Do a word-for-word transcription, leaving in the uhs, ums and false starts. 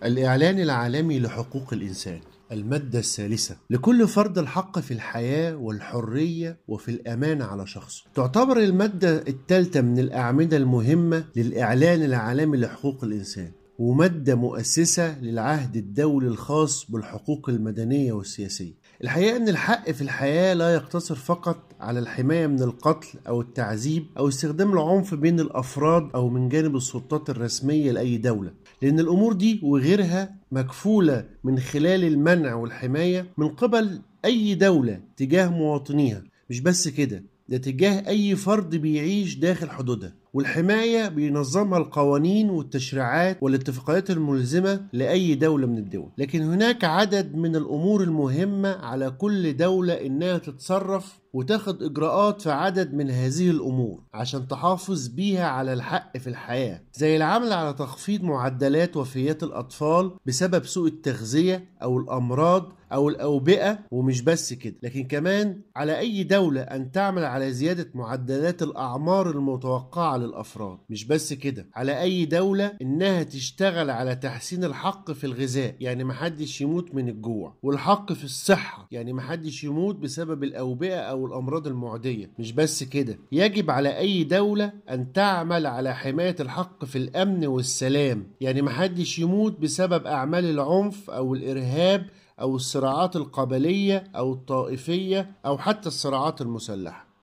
الإعلان العالمي لحقوق الإنسان. المادة الثالثة: لكل فرد الحق في الحياة والحرية وفي الأمان على شخصه. تعتبر المادة الثالثة من الأعمدة المهمة للإعلان العالمي لحقوق الإنسان، ومادة مؤسسة للعهد الدولي الخاص بالحقوق المدنية والسياسية. الحقيقة أن الحق في الحياة لا يقتصر فقط على الحماية من القتل أو التعذيب أو استخدام العنف بين الأفراد أو من جانب السلطات الرسمية لأي دولة، لأن الأمور دي وغيرها مكفولة من خلال المنع والحماية من قبل أي دولة تجاه مواطنيها. مش بس كده، ده تجاه أي فرد بيعيش داخل حدودها، والحماية بينظمها القوانين والتشريعات والاتفاقيات الملزمة لأي دولة من الدول. لكن هناك عدد من الأمور المهمة على كل دولة إنها تتصرف وتاخد إجراءات في عدد من هذه الأمور عشان تحافظ بيها على الحق في الحياة، زي العمل على تخفيض معدلات وفيات الأطفال بسبب سوء التغذية أو الأمراض أو الأوبئة. ومش بس كده، لكن كمان على أي دولة أن تعمل على زيادة معدلات الأعمار المتوقعة للأفراد. مش بس كده، على أي دولة إنها تشتغل على تحسين الحق في الغذاء، يعني محدش يموت من الجوع، والحق في الصحة، يعني محدش يموت بسبب الأوبئة أو الأمراض المعدية. مش بس كده، يجب على أي دولة أن تعمل على حماية الحق في الأمن والسلام، يعني محدش يموت بسبب أعمال العنف أو الإرهاب أو الصراعات القبلية أو الطائفية أو حتى الصراعات المسلحة.